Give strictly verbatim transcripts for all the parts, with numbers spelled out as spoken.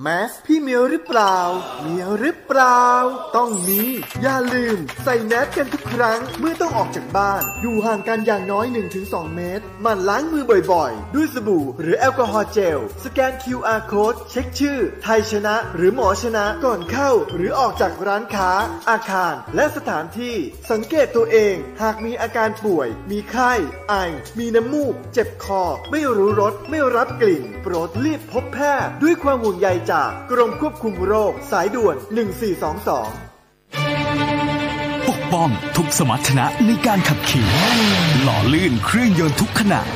แมสพี่เมียวหรือเปล่าเมียวหรือเปล่าต้องมีอย่าลืมใส่แมสกันทุกครั้งเมื่อต้องออกจากบ้านอยู่ห่างกันอย่างน้อย หนึ่งถึงสอง เมตรหมั่นล้างมือบ่อยๆด้วยสบู่หรือแอลกอฮอล์เจลสแกน คิว อาร์ Code เช็คชื่อไทยชนะหรือหมอชนะก่อนเข้าหรือออกจากร้านค้าอาคารและสถานที่สังเกตตัวเองหากมีอาการป่วยมีไข้ไอมีน้ำมูกเจ็บคอไม่รู้รสไม่รับกลิ่นโปรดรีบพบแพทย์ด้วยความห่วงใยจากกรมควบคุมโรคสายด่วนหนึ่งสี่สองสองปกป้องทุกสมรรถนะในการขับขี่หล่อลื่นเครื่องยนต์ทุกขณะ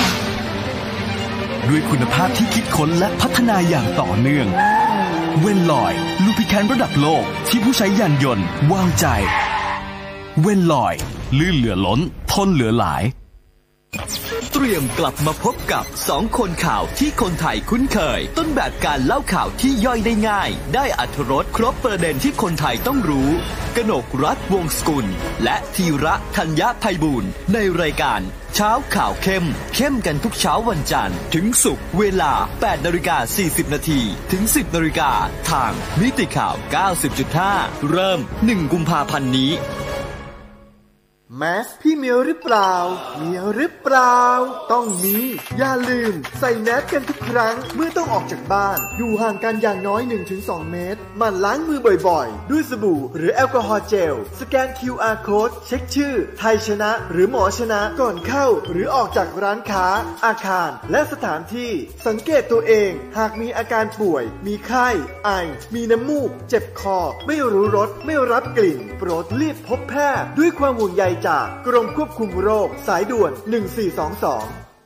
ด้วยคุณภาพที่คิดค้นและพัฒนาอย่างต่อเนื่องเวนลอยลูพิแคนระดับโลกที่ผู้ใช้ยานยนต์วางใจเวนลอยลื่นเหลือล้นทนเหลือหลายเตรียมกลับมาพบกับสองคนข่าวที่คนไทยคุ้นเคยต้นแบบการเล่าข่าวที่ย่อยได้ง่ายได้อรรถรสครบประเด็นที่คนไทยต้องรู้กนกรัตน์วงศ์สกุลและธีระธัญญไพบูลย์ในรายการเช้าข่าวเข้มเข้มกันทุกเช้าวันจันทร์ถึงศุกร์เวลา แปดนาฬิกาสี่สิบนาทีถึง สิบนาฬิกาทางมิติข่าว เก้าสิบจุดห้า เริ่มหนึ่งกุมภาพันธ์นี้แมสพี่เมียวหรือเปล่าเมียวหรือเปล่าต้องมีอย่าลืมใส่แมสกันทุกครั้งเมื่อต้องออกจากบ้านอยู่ห่างกันอย่างน้อย หนึ่งถึงสอง เมตรหมั่นล้างมือบ่อยๆด้วยสบู่หรือแอลกอฮอล์เจลสแกน คิว อาร์ Code เช็คชื่อไทยชนะหรือหมอชนะก่อนเข้าหรือออกจากร้านค้าอาคารและสถานที่สังเกตตัวเองหากมีอาการป่วยมีไข้ไอมีน้ำมูกเจ็บคอไม่รู้รสไม่รับกลิ่นโปรดรีบพบแพทย์ด้วยความห่วงใยจากกรมควบคุมโรคสายด่วนหนึ่งสี่สองสอง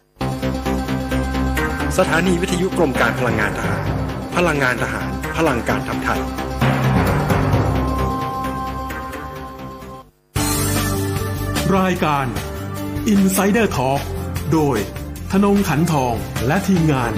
สถานีวิทยุกรมการพลังงานทหารพลังงานทหารพลังการทำไทยรายการ Insider Talk โดยธนงขันทองและทีมงาน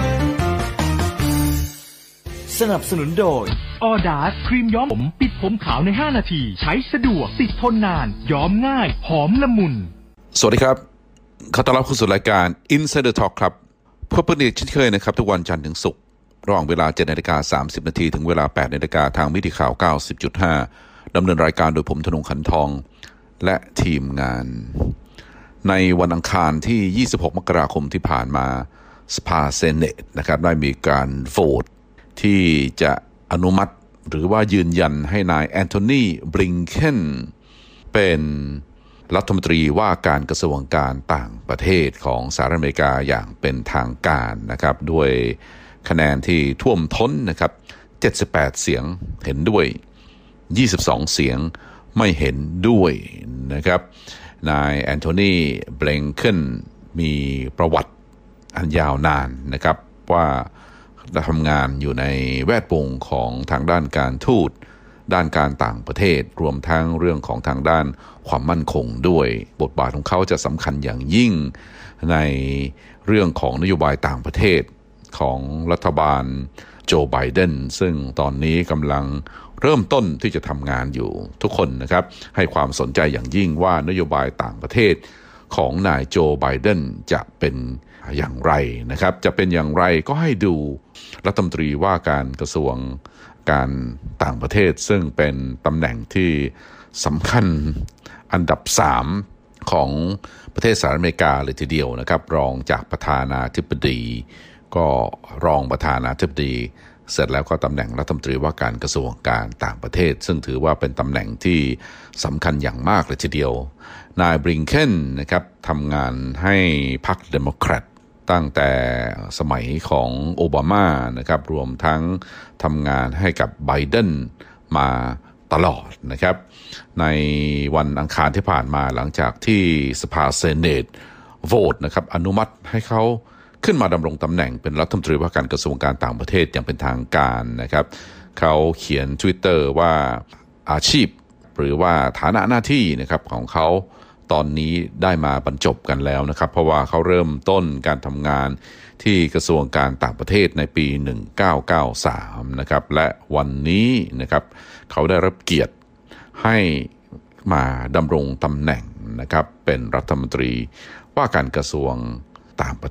สนับสนุนโดยออดาสครีมย้อมผมปิดผมขาวในห้านาทีใช้สะดวกติดทนนานย้อมง่ายหอมละมุนสวัสดีครับขอต้อนรับเข้าสู่รายการ Insider Talk ครับพบกันอีกเช่นเคยนะครับทุกวันจันทร์ถึงศุกร์ระหว่างเวลา เจ็ดนาฬิกาสามสิบนาทีถึงเวลา แปดนาฬิกาทางมิติข่าว เก้าสิบจุดห้า ดำเนินรายการโดยผมธนงขันทองและทีมงานในวันอังคารที่ยี่สิบหกมกราคมที่ผ่านมาสภาเซเนตนะครับได้มีการโหวตที่จะอนุมัติหรือว่ายืนยันให้นายแอนโทนีบลิงเคนเป็นรัฐมนตรีว่าการกระทรวงการต่างประเทศของสหรัฐอเมริกาอย่างเป็นทางการนะครับด้วยคะแนนที่ท่วมท้นนะครับเจ็ดสิบแปดเสียงเห็นด้วยยี่สิบสองเสียงไม่เห็นด้วยนะครับนายแอนโทนีบลิงเคนมีประวัติอันยาวนานนะครับว่าทำงานอยู่ในแวดวงของทางด้านการทูตด้านการต่างประเทศรวมทั้งเรื่องของทางด้านความมั่นคงด้วยบทบาทของเขาจะสำคัญอย่างยิ่งในเรื่องของนโยบายต่างประเทศของรัฐบาลโจไบเดนซึ่งตอนนี้กำลังเริ่มต้นที่จะทำงานอยู่ทุกคนนะครับให้ความสนใจอย่างยิ่งว่านโยบายต่างประเทศของนายโจไบเดนจะเป็นอย่างไรนะครับจะเป็นอย่างไรก็ให้ดูรัฐมนตรีว่าการกระทรวงการต่างประเทศซึ่งเป็นตำแหน่งที่สำคัญอันดับสามของประเทศสหรัฐอเมริกาเลยทีเดียวนะครับรองจากประธานาธิบดีก็รองประธานาธิบดีเสร็จแล้วก็ตำแหน่งรัฐมนตรีว่าการกระทรวงการต่างประเทศซึ่งถือว่าเป็นตำแหน่งที่สำคัญอย่างมากเลยทีเดียวนายบลิงเคนนะครับทำงานให้พรรคเดโมแครตตั้งแต่สมัยของโอบามานะครับรวมทั้งทำงานให้กับไบเดนมาตลอดนะครับในวันอังคารที่ผ่านมาหลังจากที่สภาเซเนตโหวตนะครับอนุมัติให้เขาขึ้นมาดำรงตำแหน่งเป็นรัฐมนตรีว่าการกระทรวงการต่างประเทศอย่างเป็นทางการนะครับเขาเขียน Twitter ว่าอาชีพหรือว่าฐานะหน้าที่นะครับของเขาตอนนี้ได้มาบรรจบกันแล้วนะครับเพราะว่าเขาเริ่มต้นการทำงานที่กระทรวงการต่างประเทศในปีหนึ่งเก้าเก้าสามนะครับและวันนี้นะครับเขาได้รับเกียรติให้มาดำรงตำแหน่งนะครับเป็นรัฐมนตรีว่าการกระทรวงต่างประเทศ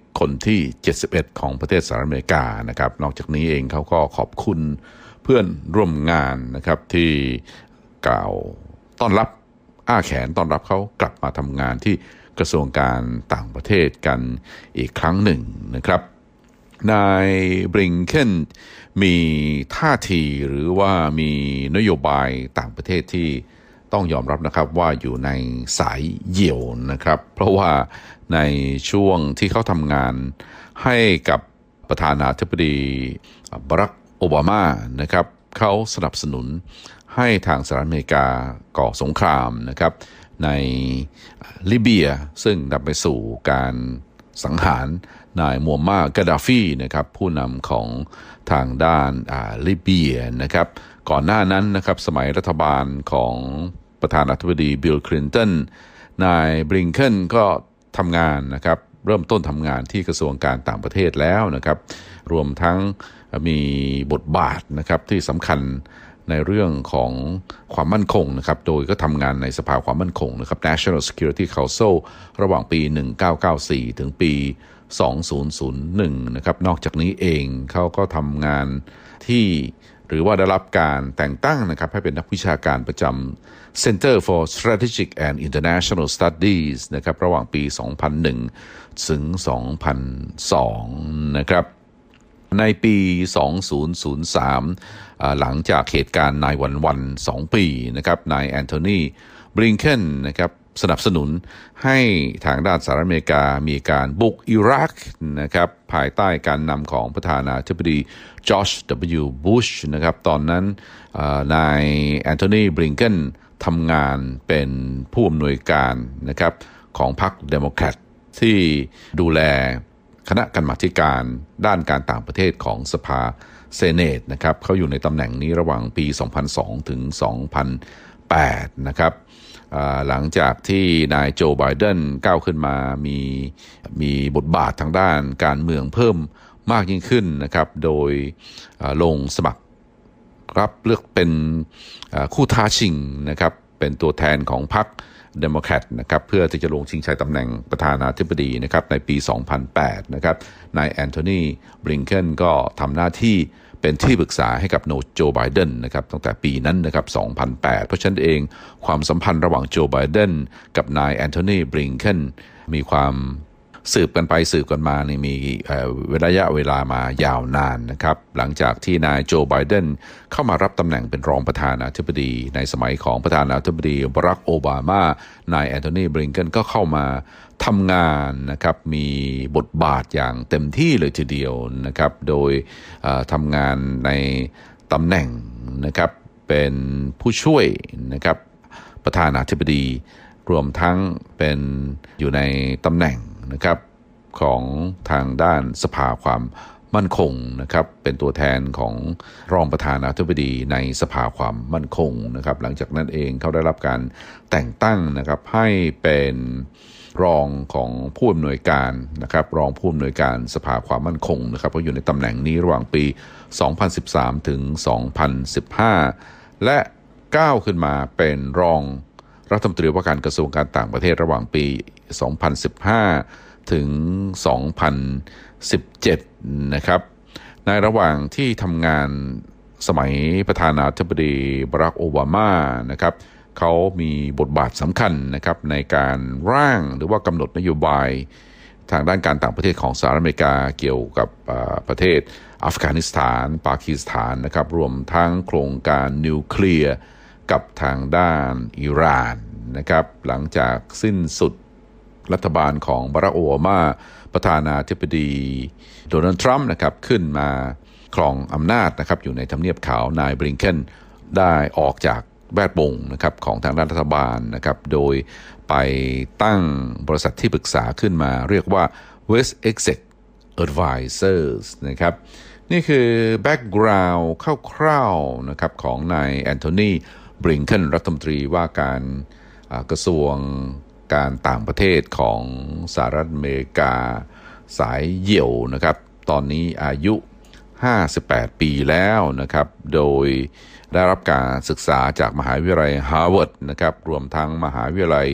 คนที่เจ็ดสิบเอ็ดของประเทศสหรัฐอเมริกานะครับนอกจากนี้เองเขาก็ขอบคุณเพื่อนร่วมงานนะครับที่กล่าวต้อนรับอ้าแขนต้อนรับเขากลับมาทำงานที่กระทรวงการต่างประเทศกันอีกครั้งหนึ่งนะครับนายบริงเคนมีท่าทีหรือว่ามีนโยบายต่างประเทศที่ต้องยอมรับนะครับว่าอยู่ในสายเหี่ยวนะครับเพราะว่าในช่วงที่เขาทำงานให้กับประธานาธิบดีบารักโอบามานะครับเขาสนับสนุนให้ทางสหรัฐอเมริกาก่อสงครามนะครับในลิเบียซึ่งนำไปสู่การสังหารนายมูฮัมหมัดกาดาฟีนะครับผู้นำของทางด้านลิเบียนะครับก่อนหน้านั้นนะครับสมัยรัฐบาลของประธานาธิบดีบิลคลินตันนายบริงเคนก็ทำงานนะครับเริ่มต้นทำงานที่กระทรวงการต่างประเทศแล้วนะครับรวมทั้งมีบทบาทนะครับที่สำคัญในเรื่องของความมั่นคงนะครับโดยก็ทำงานในสภาความมั่นคงนะครับ National Security Council ระหว่างปีหนึ่งพันเก้าร้อยเก้าสิบสี่ถึงปีสองพันหนึ่งนะครับนอกจากนี้เองเขาก็ทำงานที่หรือว่าได้รับการแต่งตั้งนะครับให้เป็นนักวิชาการประจำ Center for Strategic and International Studies นะครับระหว่างปี สองพันหนึ่ง ถึง สองพันสอง นะครับในปี สองพันสามหลังจากเหตุการณ์นายวันวันสองปีนะครับนายแอนโทนีบริงเคนนะครับสนับสนุนให้ทางด้านสหรัฐอเมริกามีการบุกอิรักนะครับภายใต้การนำของประธานาธิบดีจอร์จ ดับเบิลยู บุชนะครับตอนนั้นนายแอนโทนีบริงเคนทำงานเป็นผู้อำนวยการนะครับของพรรคเดโมแครตที่ดูแลคณะกรรมาธิการด้านการต่างประเทศของสภาเซเนตนะครับเขาอยู่ในตำแหน่งนี้ระหว่างปี สองพันสอง ถึง สองพันแปด นะครับหลังจากที่นายโจไบเดนก้าวขึ้นมามีมีบทบาททางด้านการเมืองเพิ่มมากยิ่งขึ้นนะครับโดยลงสมัครรับเลือกเป็นคู่ท้าชิงนะครับเป็นตัวแทนของพรรคเดโมแครตนะครับเพื่อที่จะลงชิงชัยตำแหน่งประธานาธิบดีนะครับในปี สองพันแปด นะครับนายแอนโทนีบริงเคนก็ทำหน้าที่เป็นที่ปรึกษาให้กับโจไบเดนนะครับตั้งแต่ปีนั้นนะครับ สองพันแปด เพราะฉะนั้นเองความสัมพันธ์ระหว่างโจไบเดนกับนายแอนโทนีบริงเคนมีความสืบกันไปสืบกันมาในมีระยะเวลามายาวนานนะครับหลังจากที่นายโจไบเดนเข้ามารับตำแหน่งเป็นรองประธานาธิบดีในสมัยของประธานาธิบดีบารักโอบามานายแอนโทนีบริงเคนก็เข้ามาทำงานนะครับมีบทบาทอย่างเต็มที่เลยทีเดียวนะครับโดยทำงานในตำแหน่งนะครับเป็นผู้ช่วยนะครับประธานาธิบดีรวมทั้งเป็นอยู่ในตำแหน่งนะครับของทางด้านสภาความมั่นคงนะครับเป็นตัวแทนของรองประธานาธิบดีในสภาความมั่นคงนะครับหลังจากนั้นเองเขาได้รับการแต่งตั้งนะครับให้เป็นรองของผู้อำนวยการนะครับรองผู้อำนวยการสภาความมั่นคงนะครับก็อยู่ในตำแหน่งนี้ระหว่างปี สองพันสิบสาม ถึง สองพันสิบห้า และก้าวขึ้นมาเป็นรองรัฐมนตรีว่าการกระทรวงการต่างประเทศระหว่างปี สองพันสิบห้า ถึง สองพันสิบเจ็ด นะครับในระหว่างที่ทำงานสมัยประธานาธิบดีบารักโอบามานะครับเขามีบทบาทสำคัญนะครับในการร่างหรือว่ากำหนดนโยบายทางด้านการต่างประเทศของสหรัฐอเมริกาเกี่ยวกับประเทศอัฟกานิสถานปากีสถานนะครับรวมทั้งโครงการนิวเคลียร์กับทางด้านอิหร่านนะครับหลังจากสิ้นสุดรัฐบาลของบารักโอบามาประธานาธิบดีโดนัลด์ทรัมป์นะครับขึ้นมาครองอำนาจนะครับอยู่ในทำเนียบขาวนายบริงเคนได้ออกจากแวดวงนะครับของทางด้านรัฐบาลนะครับโดยไปตั้งบริษัทที่ปรึกษาขึ้นมาเรียกว่า West Exec Advisors นะครับนี่คือแบ็กกราวด์คร่าวๆนะครับของนายแอนโทนีบริงเคนรัฐมนตรีว่าการกระทรวงการต่างประเทศของสหรัฐอเมริกาสายเหี่ยวนะครับตอนนี้อายุห้าสิบแปดปีแล้วนะครับโดยได้รับการศึกษาจากมหาวิทยาลัยฮาร์วาร์ดนะครับรวมทั้งมหาวิทยาลัย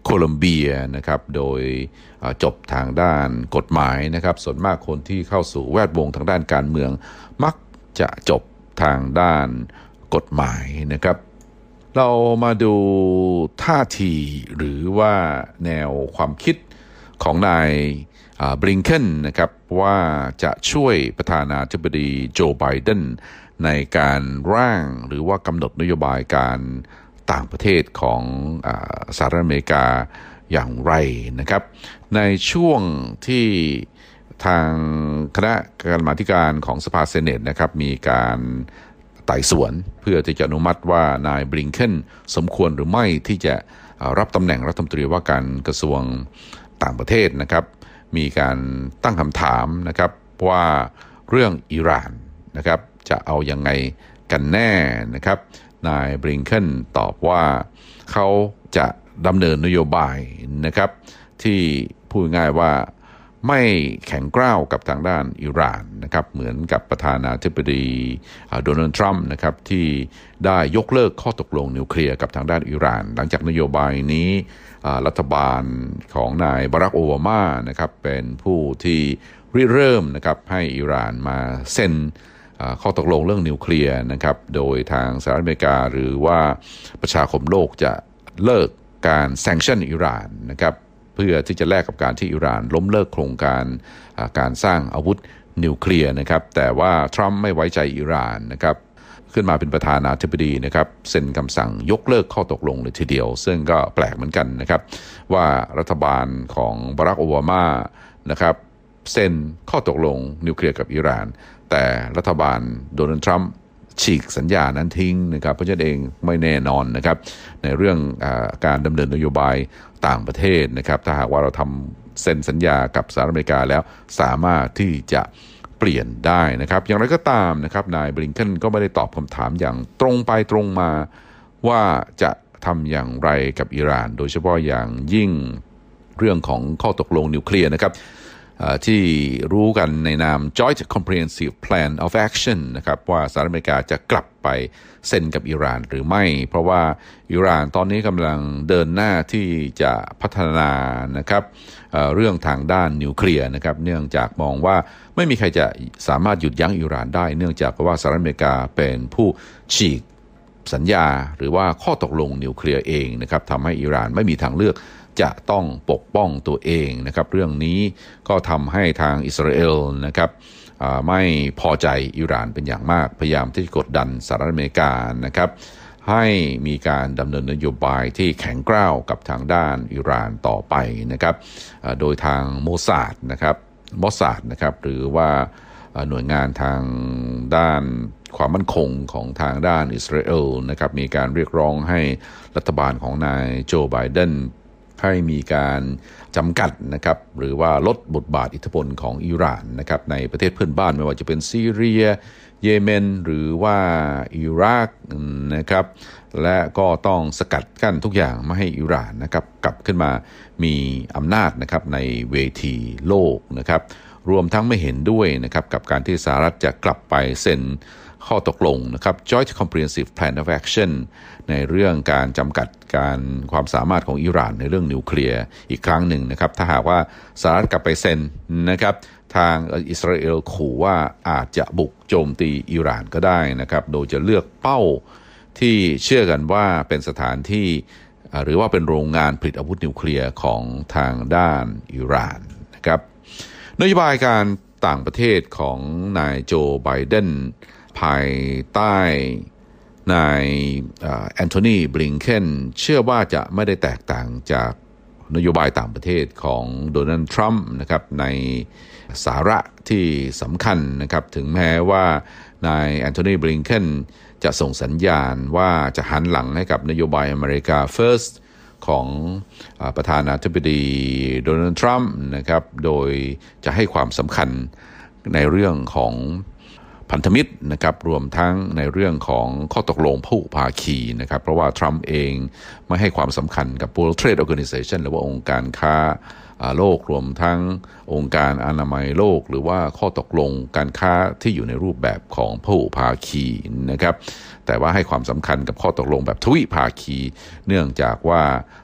โคลัมเบียนะครับโดยจบทางด้านกฎหมายนะครับส่วนมากคนที่เข้าสู่แวดวงทางด้านการเมืองมักจะจบทางด้านกฎหมายนะครับเรามาดูท่าทีหรือว่าแนวความคิดของนายบลิงเคนนะครับว่าจะช่วยประธานาธิบดีโจไบเดนในการร่างหรือว่ากำหนดนโยบายการต่างประเทศของสหรัฐอเมริกาอย่างไรนะครับในช่วงที่ทางคณะกรรมาธิการของสภาเซเนตนะครับมีการไต่สวนเพื่อที่จะอนุมัติว่านายบลิงเคนสมควรหรือไม่ที่จะรับตำแหน่งรัฐมนตรีว่าการกระทรวงต่างประเทศนะครับมีการตั้งคำถามนะครับว่าเรื่องอิหร่านนะครับจะเอายังไงกันแน่นะครับนายบลิงเคนตอบว่าเขาจะดำเนินนโยบายนะครับที่พูดง่ายว่าไม่แข็งกร้าวกับทางด้านอิหร่านนะครับเหมือนกับประธานาธิบดีโดนัลด์ทรัมป์นะครับที่ได้ยกเลิกข้อตกลงนิวเคลียร์กับทางด้านอิหร่านหลังจากนโยบายนี้รัฐบาลของนายบารักโอบามานะครับเป็นผู้ที่ริเริ่มนะครับให้อิหร่านมาเซ็นข้อตกลงเรื่องนิวเคลียร์นะครับโดยทางสหรัฐอเมริกาหรือว่าประชาคมโลกจะเลิกการแซงชั่นอิหร่านนะครับเพื่อที่จะแลกกับการที่อิหร่านล้มเลิกโครงการการสร้างอาวุธนิวเคลียร์นะครับแต่ว่าทรัมป์ไม่ไว้ใจอิหร่านนะครับขึ้นมาเป็นประธานาธิบดีนะครับเซ็นคำสั่งยกเลิกข้อตกลงเลยทีเดียวซึ่งก็แปลกเหมือนกันนะครับว่ารัฐบาลของบารักโอบามานะครับเซ็นข้อตกลงนิวเคลียร์กับอิหร่านแต่รัฐบาลโดนัลด์ทรัมป์ฉีกสัญญานั้นทิ้งนะครับเพราะฉะนั้นเองไม่แน่นอนนะครับในเรื่องอาการดำเนินนโยบายต่างประเทศนะครับถ้าหากว่าเราทำเซ็นสัญญากับสหรัฐอเมริกาแล้วสามารถที่จะเปลี่ยนได้นะครับอย่างไรก็ตามนะครับนายบลิงเคนก็ไม่ได้ตอบคำถามอย่างตรงไปตรงมาว่าจะทำอย่างไรกับอิหร่านโดยเฉพาะอย่างยิ่งเรื่องของข้อตกลงนิวเคลียร์นะครับที่รู้กันในนาม Joint Comprehensive Plan of Action นะครับว่าสหรัฐอเมริกาจะกลับไปเซ็นกับอิหร่านหรือไม่เพราะว่าอิหร่านตอนนี้กำลังเดินหน้าที่จะพัฒนานะครับเอ่อเรื่องทางด้านนิวเคลียร์นะครับเนื่องจากมองว่าไม่มีใครจะสามารถหยุดยั้งอิหร่านได้เนื่องจากว่าสหรัฐอเมริกาเป็นผู้ฉีกสัญญาหรือว่าข้อตกลงนิวเคลียร์เองนะครับทำให้อิหร่านไม่มีทางเลือกจะต้องปกป้องตัวเองนะครับเรื่องนี้ก็ทำให้ทางอิสราเอลนะครับไม่พอใจอิหร่านเป็นอย่างมากพยายามที่จะกดดันสหรัฐอเมริกานะครับให้มีการดำเนินนโยบายที่แข็งกร้าวกับทางด้านอิหร่านต่อไปนะครับโดยทางโมซาดนะครับมอสซาดนะครับหรือว่าหน่วยงานทางด้านความมั่นคงของทางด้านอิสราเอลนะครับมีการเรียกร้องให้รัฐบาลของนายโจไบเดนให้มีการจำกัดนะครับหรือว่าลดบทบาทอิทธิพลของอิหร่านนะครับในประเทศเพื่อนบ้านไม่ว่าจะเป็นซีเรียเยเมนหรือว่าอิรักนะครับและก็ต้องสกัดกั้นทุกอย่างไม่ให้อิหร่านนะครับกลับขึ้นมามีอำนาจนะครับในเวทีโลกนะครับรวมทั้งไม่เห็นด้วยนะครับกับการที่สหรัฐจะกลับไปเซ็นข้อตกลงนะครับ Joint Comprehensive Plan of Action ในเรื่องการจำกัดการความสามารถของอิหร่านในเรื่องนิวเคลียร์อีกครั้งหนึ่งนะครับถ้าหากว่าสหรัฐกลับไปเซ็นนะครับทางอิสราเอลขู่ว่าอาจจะบุกโจมตีอิหร่านก็ได้นะครับโดยจะเลือกเป้าที่เชื่อกันว่าเป็นสถานที่หรือว่าเป็นโรงงานผลิตอาวุธนิวเคลียร์ของทางด้านอิหร่านนะครับนโยบายการต่างประเทศของนายโจไบเดนภายใต้นายแอนโทนีบลิงเคนเชื่อว่าจะไม่ได้แตกต่างจากนโยบายต่างประเทศของโดนัลด์ทรัมป์นะครับในสาระที่สำคัญนะครับถึงแม้ว่านายแอนโทนีบลิงเคนจะส่งสัญญาณว่าจะหันหลังให้กับนโยบายอเมริกา First ของประธานาธิบดีโดนัลด์ทรัมป์นะครับโดยจะให้ความสำคัญในเรื่องของพันธมิตรนะครับรวมทั้งในเรื่องของข้อตกลงผู้ภาคีนะครับเพราะว่าทรัมป์เองไม่ให้ความสำคัญกับ World Trade Organization หรือว่าองค์การค้าโลกรวมทั้งองค์การอนามัยโลกหรือว่าข้อตกลงการค้าที่อยู่ในรูปแบบของผู้ภาคีนะครับแต่ว่าให้ความสำคัญกับข้อตกลงแบบทวิภาคีเนื่องจากว่า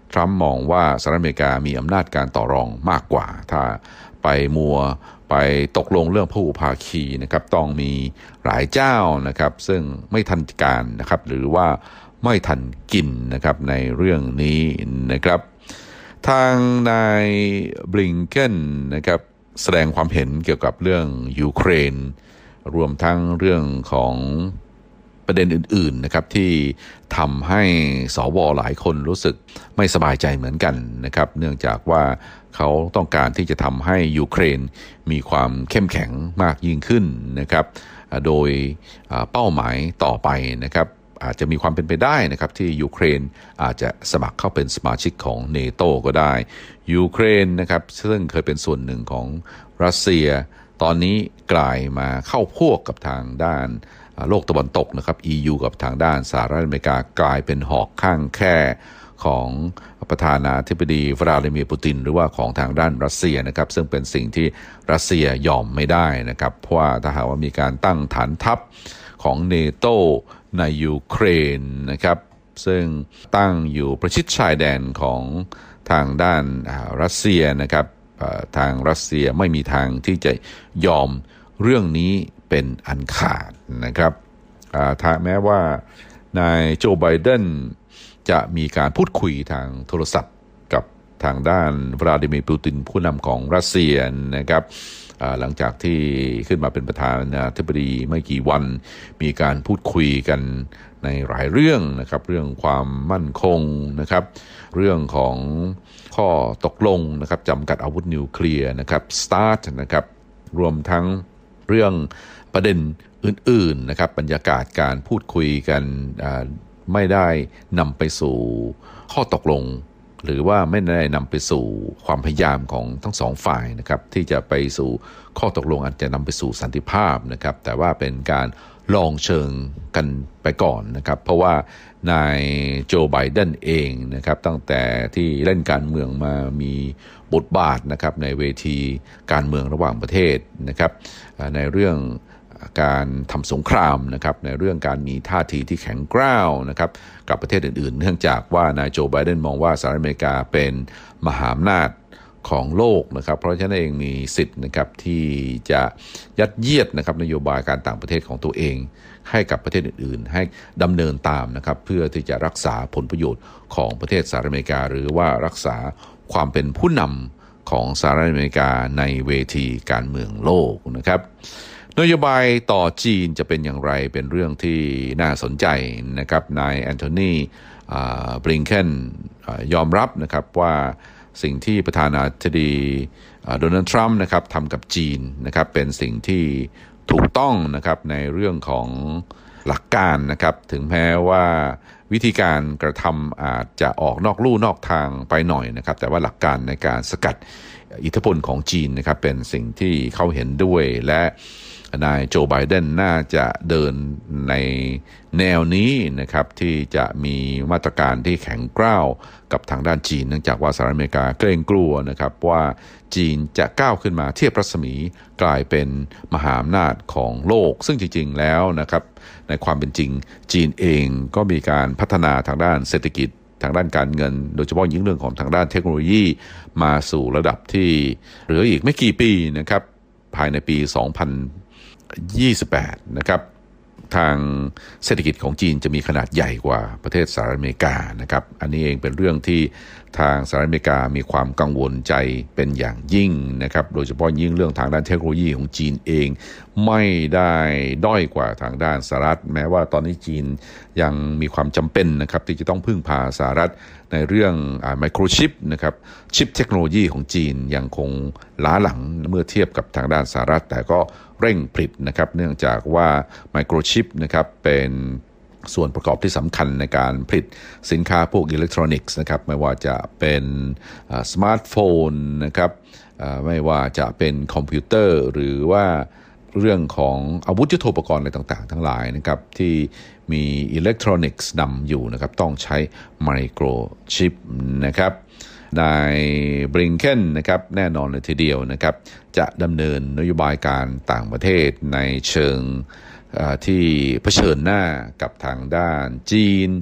ทรัมป์มองว่าสหรัฐอเมริกามีอำนาจการต่อรองมากกว่าถ้าไปมัวไปตกลงเรื่องพหุภาคีนะครับต้องมีหลายเจ้านะครับซึ่งไม่ทันการนะครับหรือว่าไม่ทันกินนะครับในเรื่องนี้นะครับทางนายบลิงเคนนะครับแสดงความเห็นเกี่ยวกับเรื่องยูเครนรวมทั้งเรื่องของประเด็นอื่นๆนะครับที่ทำให้สวหลายคนรู้สึกไม่สบายใจเหมือนกันนะครับเนื่องจากว่าเขาต้องการที่จะทำให้ยูเครนมีความเข้มแข็งมากยิ่งขึ้นนะครับโดยเป้าหมายต่อไปนะครับอาจจะมีความเป็นไปได้นะครับที่ยูเครนอาจจะสมัครเข้าเป็นสมาชิกของ เนโต ก็ได้ยูเครนนะครับซึ่งเคยเป็นส่วนหนึ่งของรัสเซียตอนนี้กลายมาเข้าพวกกับทางด้านโลกตะวันตกนะครับ อี ยู กับทางด้านสหรัฐอเมริกากลายเป็นหอกข้างแค่ของประธานาธิบดีวลาดิเมียร์ปูตินหรือว่าของทางด้านรัสเซียนะครับซึ่งเป็นสิ่งที่รัสเซียยอมไม่ได้นะครับเพราะว่าถ้าหากว่ามีการตั้งฐานทัพของ เนโต ในยูเครนนะครับซึ่งตั้งอยู่ประชิดชายแดนของทางด้านรัสเซียนะครับทางรัสเซียไม่มีทางที่จะยอมเรื่องนี้เป็นอันขาดนะครับถ้าแม้ว่านายโจไบเดนจะมีการพูดคุยทางโทรศัพท์กับทางด้านวลาดิเมียร์ปูตินผู้นำของรัสเซียนะครับหลังจากที่ขึ้นมาเป็นประธานาธิบดีไม่กี่วันมีการพูดคุยกันในหลายเรื่องนะครับเรื่องความมั่นคงนะครับเรื่องของข้อตกลงนะครับจำกัดอาวุธนิวเคลียร์นะครับ สตาร์ท นะครับรวมทั้งเรื่องประเด็นอื่นๆนะครับบรรยากาศการพูดคุยกันไม่ได้นำไปสู่ข้อตกลงหรือว่าไม่ได้นำไปสู่ความพยายามของทั้งสองฝ่ายนะครับที่จะไปสู่ข้อตกลงอาจจะนำไปสู่สันติภาพนะครับแต่ว่าเป็นการลองเชิงกันไปก่อนนะครับเพราะว่านายโจไบเดนเองนะครับตั้งแต่ที่เล่นการเมืองมามีบทบาทนะครับในเวทีการเมืองระหว่างประเทศนะครับในเรื่องการทำสงครามนะครับในเรื่องการมีท่าทีที่แข็งกร้าวนะครับกับประเทศอื่นๆเนื่องจากว่านายโจไบเดนมองว่าสหรัฐอเมริกาเป็นมหาอำนาจของโลกนะครับเพราะฉะนั้นเองมีสิทธิ์นะครับที่จะยัดเยียดนะครับนโยบายการต่างประเทศของตัวเองให้กับประเทศอื่นๆให้ดำเนินตามนะครับเพื่อที่จะรักษาผลประโยชน์ของประเทศสหรัฐอเมริกาหรือว่ารักษาความเป็นผู้นำของสหรัฐอเมริกาในเวทีการเมืองโลกนะครับนโยบายต่อจีนจะเป็นอย่างไรเป็นเรื่องที่น่าสนใจนะครับนายแอนโทนีบลิงเคนยอมรับนะครับว่าสิ่งที่ประธานาธิบดีโดนัลด์ทรัมป์นะครับทำกับจีนนะครับเป็นสิ่งที่ถูกต้องนะครับในเรื่องของหลักการนะครับถึงแม้ว่าวิธีการกระทำอาจจะออกนอกลู่นอกทางไปหน่อยนะครับแต่ว่าหลักการในการสกัดอิทธิพลของจีนนะครับเป็นสิ่งที่เขาเห็นด้วยและนายโจไบเดนน่าจะเดินในแนวนี้นะครับที่จะมีมาตรการที่แข็งกร้าวกับทางด้านจีนเนื่องจากว่าสหรัฐอเมริกาเกรงกลัวนะครับว่าจีนจะก้าวขึ้นมาเทียบรัศมีกลายเป็นมหาอำนาจของโลกซึ่งจริงๆแล้วนะครับในความเป็นจริงจีนเองก็มีการพัฒนาทางด้านเศรษฐกิจทางด้านการเงินโดยเฉพาะยิ่งเรื่องของทางด้านเทคโนโลยีมาสู่ระดับที่เหลืออีกไม่กี่ปีนะครับภายในปีสองพันยี่สิบแปดนะครับทางเศรษฐกิจของจีนจะมีขนาดใหญ่กว่าประเทศสหรัฐอเมริกานะครับอันนี้เองเป็นเรื่องที่ทางสหรัฐอเมริกามีความกังวลใจเป็นอย่างยิ่งนะครับโดยเฉพาะยิ่งเรื่องทางด้านเทคโนโลยีของจีนเองไม่ได้ด้อยกว่าทางด้านสหรัฐแม้ว่าตอนนี้จีนยังมีความจำเป็นนะครับที่จะต้องพึ่งพาสหรัฐในเรื่องไมโครชิปนะครับชิปเทคโนโลยีของจีนยังคงล้าหลังเมื่อเทียบกับทางด้านสหรัฐแต่ก็เร่งผลิตนะครับเนื่องจากว่าไมโครชิปนะครับเป็นส่วนประกอบที่สำคัญในการผลิตสินค้าพวกอิเล็กทรอนิกส์นะครับไม่ว่าจะเป็นสมาร์ทโฟนนะครับไม่ว่าจะเป็นคอมพิวเตอร์หรือว่าเรื่องของอาวุธยุทโธปกรณ์อะไรต่างๆทั้งหลายนะครับที่มีอิเล็กทรอนิกส์นำอยู่นะครับต้องใช้ไมโครชิปนะครับนายบลิงเคนนะครับแน่นอนเลยทีเดียวนะครับจะดำเนินนโยบายการต่างประเทศในเชิงที่เผชิญหน้ากับทางด้านจีน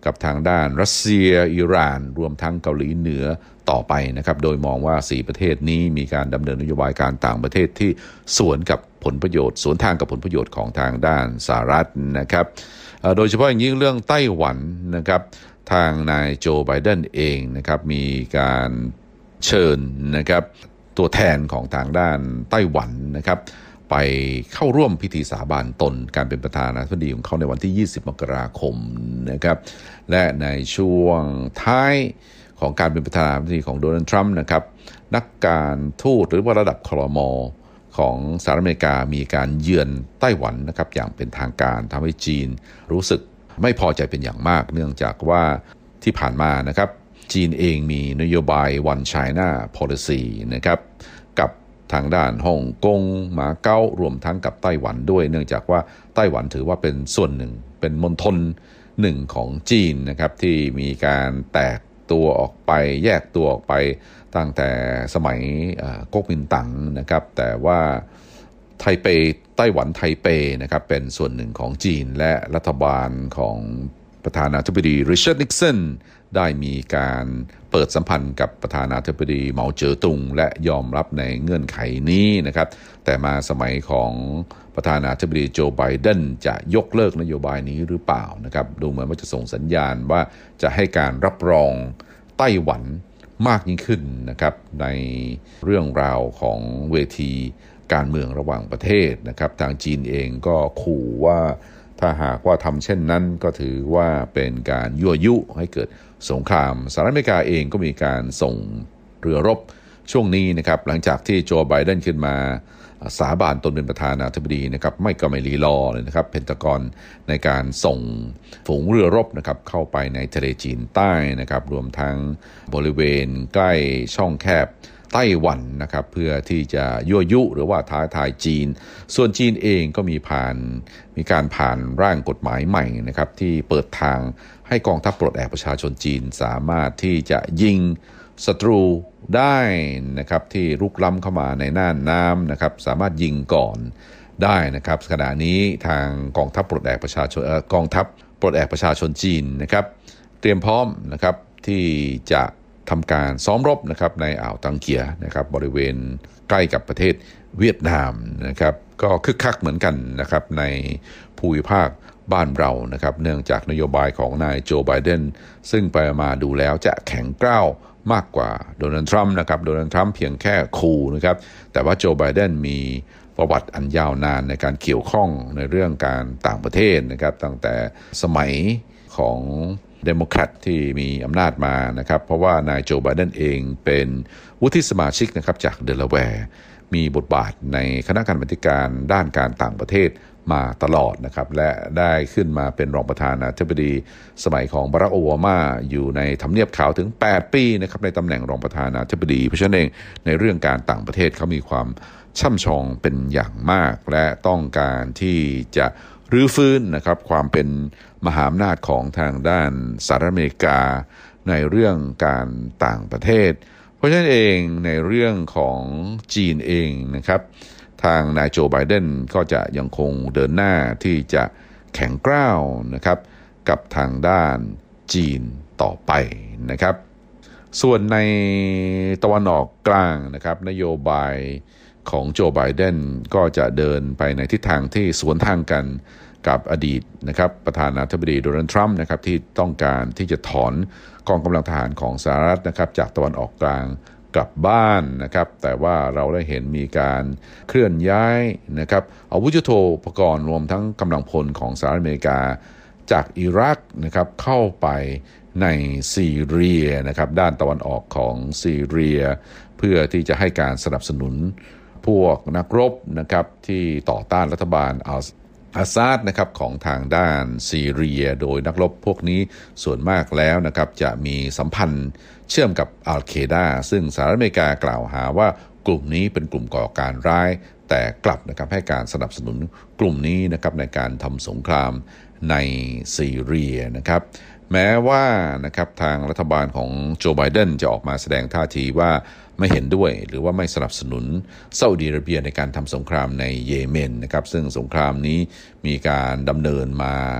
กับทางด้านรัสเซียอิหร่านรวมทั้งเกาหลีเหนือต่อไปนะครับโดยมองว่าสี่ประเทศนี้มีการดำเนินนโยบายการต่างประเทศที่สวนกับผลประโยชน์สวนทางกับผลประโยชน์ของทางด้านสหรัฐนะครับโดยเฉพาะอย่างยิ่งเรื่องไต้หวันนะครับทางนายโจไบเดนเองนะครับมีการเชิญนะครับตัวแทนของทางด้านไต้หวันนะครับไปเข้าร่วมพิธีสาบานตนการเป็นประธานาธิบดีของเขาในวันที่ยี่สิบมกราคมนะครับและในช่วงท้ายของการเป็นประธานาธิบดีของโดนัลด์ทรัมป์นะครับนักการทูตหรือว่าระดับครม.ของสหรัฐอเมริกามีการเยือนไต้หวันนะครับอย่างเป็นทางการทำให้จีนรู้สึกไม่พอใจเป็นอย่างมากเนื่องจากว่าที่ผ่านมานะครับจีนเองมีนโยบาย One China Policy นะครับกับทางด้านฮ่องกงมาเก๊ารวมทั้งกับไต้หวันด้วยเนื่องจากว่าไต้หวันถือว่าเป็นส่วนหนึ่งเป็นมณฑลหนึ่งของจีนนะครับที่มีการแตกตัวออกไปแยกตัวออกไปตั้งแต่สมัยก๊กมินตั๋งนะครับแต่ว่าไทเปไต้หวันไทเปนะครับเป็นส่วนหนึ่งของจีนและรัฐบาลของประธานาธิบดีริชาร์ดนิกสันได้มีการเปิดสัมพันธ์กับประธานาธิบดีเหมาเจ๋อตุงและยอมรับในเงื่อนไขนี้นะครับแต่มาสมัยของประธานาธิบดีโจไบเดนจะยกเลิกนโยบายนี้หรือเปล่านะครับดูเหมือนว่าจะส่งสัญญาณว่าจะให้การรับรองไต้หวันมากยิ่งขึ้นนะครับในเรื่องราวของเวทีการเมืองระหว่างประเทศนะครับทางจีนเองก็ขู่ว่าถ้าหากว่าทำเช่นนั้นก็ถือว่าเป็นการยั่วยุให้เกิดสงครามสหรัฐอเมริกาเองก็มีการส่งเรือรบช่วงนี้นะครับหลังจากที่โจไบเดนขึ้นมาสาบานตนเป็นประธานาธิบดีนะครับไม่ก็ไม่รีรอเลยนะครับเพนทากอนในการส่งฝูงเรือรบนะครับเข้าไปในทะเลจีนใต้นะครับรวมทั้งบริเวณใกล้ช่องแคบไต้หวันนะครับเพื่อที่จะยั่วยุหรือว่าท้าทายจีนส่วนจีนเองก็มีผ่านมีการผ่านร่างกฎหมายใหม่นะครับที่เปิดทางให้กองทัพปลดแอกประชาชนจีนสามารถที่จะยิงศัตรูได้นะครับที่รุกล้ำเข้ามาในน่านน้ำนะครับสามารถยิงก่อนได้นะครับขณะนี้ทางกองทัพปลดแอกประชาชนเอ่อกองทัพปลดแอกประชาชนจีนนะครับเตรียมพร้อมนะครับที่จะทำการซ้อมรบนะครับในอ่าวตังเกียนะครับบริเวณใกล้กับประเทศเวียดนามนะครับก็คึกคักเหมือนกันนะครับในภูมิภาคบ้านเรานะครับเนื่องจากนโยบายของนายโจไบเดนซึ่งไปมาดูแล้วจะแข็งกร้าวมากกว่าโดนัลด์ทรัมป์นะครับโดนัลด์ทรัมป์เพียงแค่คูนะครับแต่ว่าโจไบเดนมีประวัติอันยาวนานในการเกี่ยวข้องในเรื่องการต่างประเทศนะครับตั้งแต่สมัยของเดโมแครตที่มีอำนาจมานะครับเพราะว่านายโจไบเดนเองเป็นวุฒิสมาชิกนะครับจากเดลาแวร์มีบทบาทในคณะกรรมาธิการด้านการต่างประเทศมาตลอดนะครับและได้ขึ้นมาเป็นรองประธานาธิบดีสมัยของบารักโอบามาอยู่ในทำเนียบขาวถึงแปดปีนะครับในตำแหน่งรองประธานาธิบดีเพราะฉะนั้นเองในเรื่องการต่างประเทศเขามีความช่ำชองเป็นอย่างมากและต้องการที่จะรื้อฟื้นนะครับความเป็นมหาอำนาจของทางด้านสหรัฐอเมริกาในเรื่องการต่างประเทศเพราะฉะนั้นเองในเรื่องของจีนเองนะครับทางนายโจไบเดนก็จะยังคงเดินหน้าที่จะแข็งกร้าวนะครับกับทางด้านจีนต่อไปนะครับส่วนในตะวันออกกลางนะครับนโยบายของโจไบเดนก็จะเดินไปในทิศทางที่สวนทางกันกับอดีตนะครับประธานาธิบดีโดนัลด์ทรัมป์นะครับที่ต้องการที่จะถอนกองกำลังทหารของสหรัฐนะครับจากตะวันออกกลางกลับบ้านนะครับแต่ว่าเราได้เห็นมีการเคลื่อนย้ายนะครับอาวุธยุทโธปกรณ์รวมทั้งกำลังพลของสหรัฐอเมริกาจากอิรักนะครับเข้าไปในซีเรียนะครับด้านตะวันออกของซีเรียเพื่อที่จะให้การสนับสนุนพวกนักรบนะครับที่ต่อต้านรัฐบาลอาซาดนะครับของทางด้านซีเรียโดยนักรบพวกนี้ส่วนมากแล้วนะครับจะมีสัมพันธ์เชื่อมกับอัลเคดาซึ่งสหรัฐอเมริกากล่าวหาว่ากลุ่มนี้เป็นกลุ่มก่อการร้ายแต่กลับนะครับให้การสนับสนุนกลุ่มนี้นะครับในการทำสงครามในซีเรียนะครับแม้ว่านะครับทางรัฐบาลของโจไบเดนจะออกมาแสดงท่าทีว่าไม่เห็นด้วยหรือว่าไม่สนับสนุนซาอุดิอาระเบียในการทำสงครามในเยเมนนะครับซึ่งสงครามนี้มีการดำเนินมา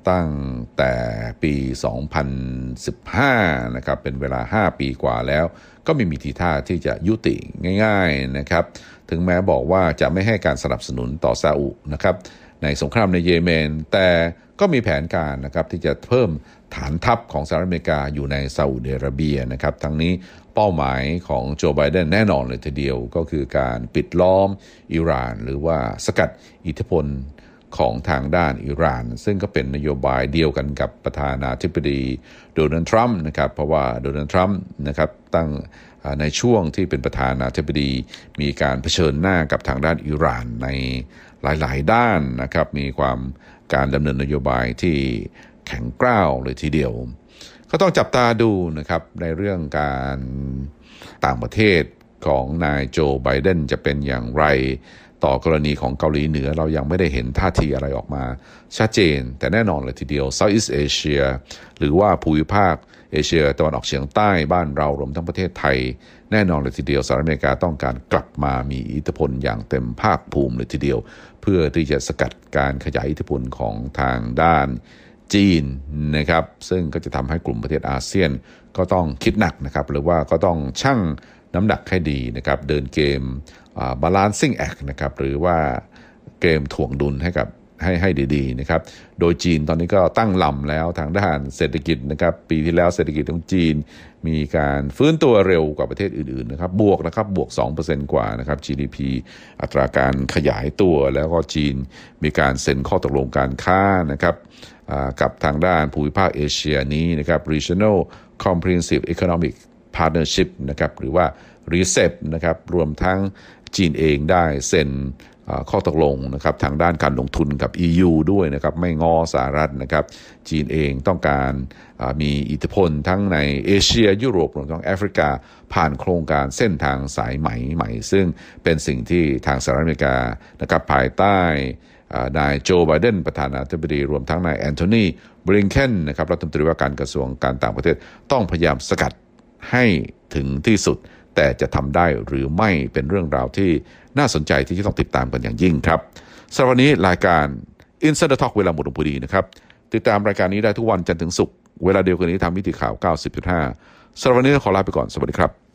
ตั้งแต่ปี สองพันสิบห้า นะครับเป็นเวลาห้าปีกว่าแล้วก็ไม่มีทีท่าที่จะยุติง่ายๆนะครับถึงแม้บอกว่าจะไม่ให้การสนับสนุนต่อซาอุนะครับในสงครามในเยเมนแต่ก็มีแผนการนะครับที่จะเพิ่มฐานทัพของสหรัฐอเมริกาอยู่ในซาอุดิอาระเบียนะครับทั้งนี้เป้าหมายของโจไบเดนแน่นอนเลยทีเดียวก็คือการปิดล้อมอิหร่านหรือว่าสกัดอิทธิพลของทางด้านอิหร่านซึ่งก็เป็นนโยบายเดียวกันกับประธานาธิบดีโดนัลด์ทรัมป์นะครับเพราะว่าโดนัลด์ทรัมป์นะครับตั้งในช่วงที่เป็นประธานาธิบดีมีการเผชิญหน้ากับทางด้านอิหร่านในหลายๆด้านนะครับมีความการดำเนินนโยบายที่แข็งกร้าวเลยทีเดียวก็ต้องจับตาดูนะครับในเรื่องการต่างประเทศของนายโจไบเดนจะเป็นอย่างไรต่อกรณีของเกาหลีเหนือเรายังไม่ได้เห็นท่าทีอะไรออกมาชัดเจนแต่แน่นอนเลยทีเดียว Southeast Asia หรือว่าภูมิภาคเอเชียตะวันออกเฉียงใต้บ้านเรารวมทั้งประเทศไทยแน่นอนเลยทีเดียวสหรัฐอเมริกาต้องการกลับมามีอิทธิพลอย่างเต็มภาคภูมิเลยทีเดียวเพื่อที่จะสกัดการขยายอิทธิพลของทางด้านจีนนะครับซึ่งก็จะทำให้กลุ่มประเทศอาเซียนก็ต้องคิดหนักนะครับหรือว่าก็ต้องชั่งน้ำหนักให้ดีนะครับเดินเกม balancing act นะครับหรือว่าเกมถ่วงดุลให้กับให้ให้ดีๆนะครับโดยจีนตอนนี้ก็ตั้งลำแล้วทางด้านเศรษฐกิจนะครับปีที่แล้วเศรษฐกิจของจีนมีการฟื้นตัวเร็วกว่าประเทศอื่นๆนะครับบวกนะครับบวก สองเปอร์เซ็นต์ กว่านะครับ จี ดี พี อัตราการขยายตัวแล้วก็จีนมีการเซ็นข้อตกลงการค้านะครับกับทางด้านภูมิภาคเอเชียนี้นะครับ Regional Comprehensive Economic Partnership นะครับหรือว่า รีเซป นะครับรวมทั้งจีนเองได้เซ็นข้อตกลงนะครับทางด้านการลงทุนกับ อี ยู ด้วยนะครับไม่ง้อสหรัฐนะครับจีนเองต้องการมีอิทธิพลทั้งในเอเชียยุโรปรวมทั้งแอฟริกาผ่านโครงการเส้นทางสายไหมใหม่ซึ่งเป็นสิ่งที่ทางสหรัฐอเมริกานะครับภายใต้นายโจไบเดนประธานาธิบดีรวมทั้งนายแอนโทนีบลิงเคนนะครับรัฐมนตรีว่าการกระทรวงการต่างประเทศต้องพยายามสกัดให้ถึงที่สุดแต่จะทำได้หรือไม่เป็นเรื่องราวที่น่าสนใจที่จะต้องติดตามกันอย่างยิ่งครับสำหรับวันนี้รายการ Insider Talk เวลาหมดลงพอดีนะครับติดตามรายการนี้ได้ทุกวันจันทร์ถึงศุกร์เวลาเดียวกันนี้ทางมิติข่าว เก้าสิบจุดห้า สำหรับวันนี้ขอลาไปก่อนสวัสดีครับ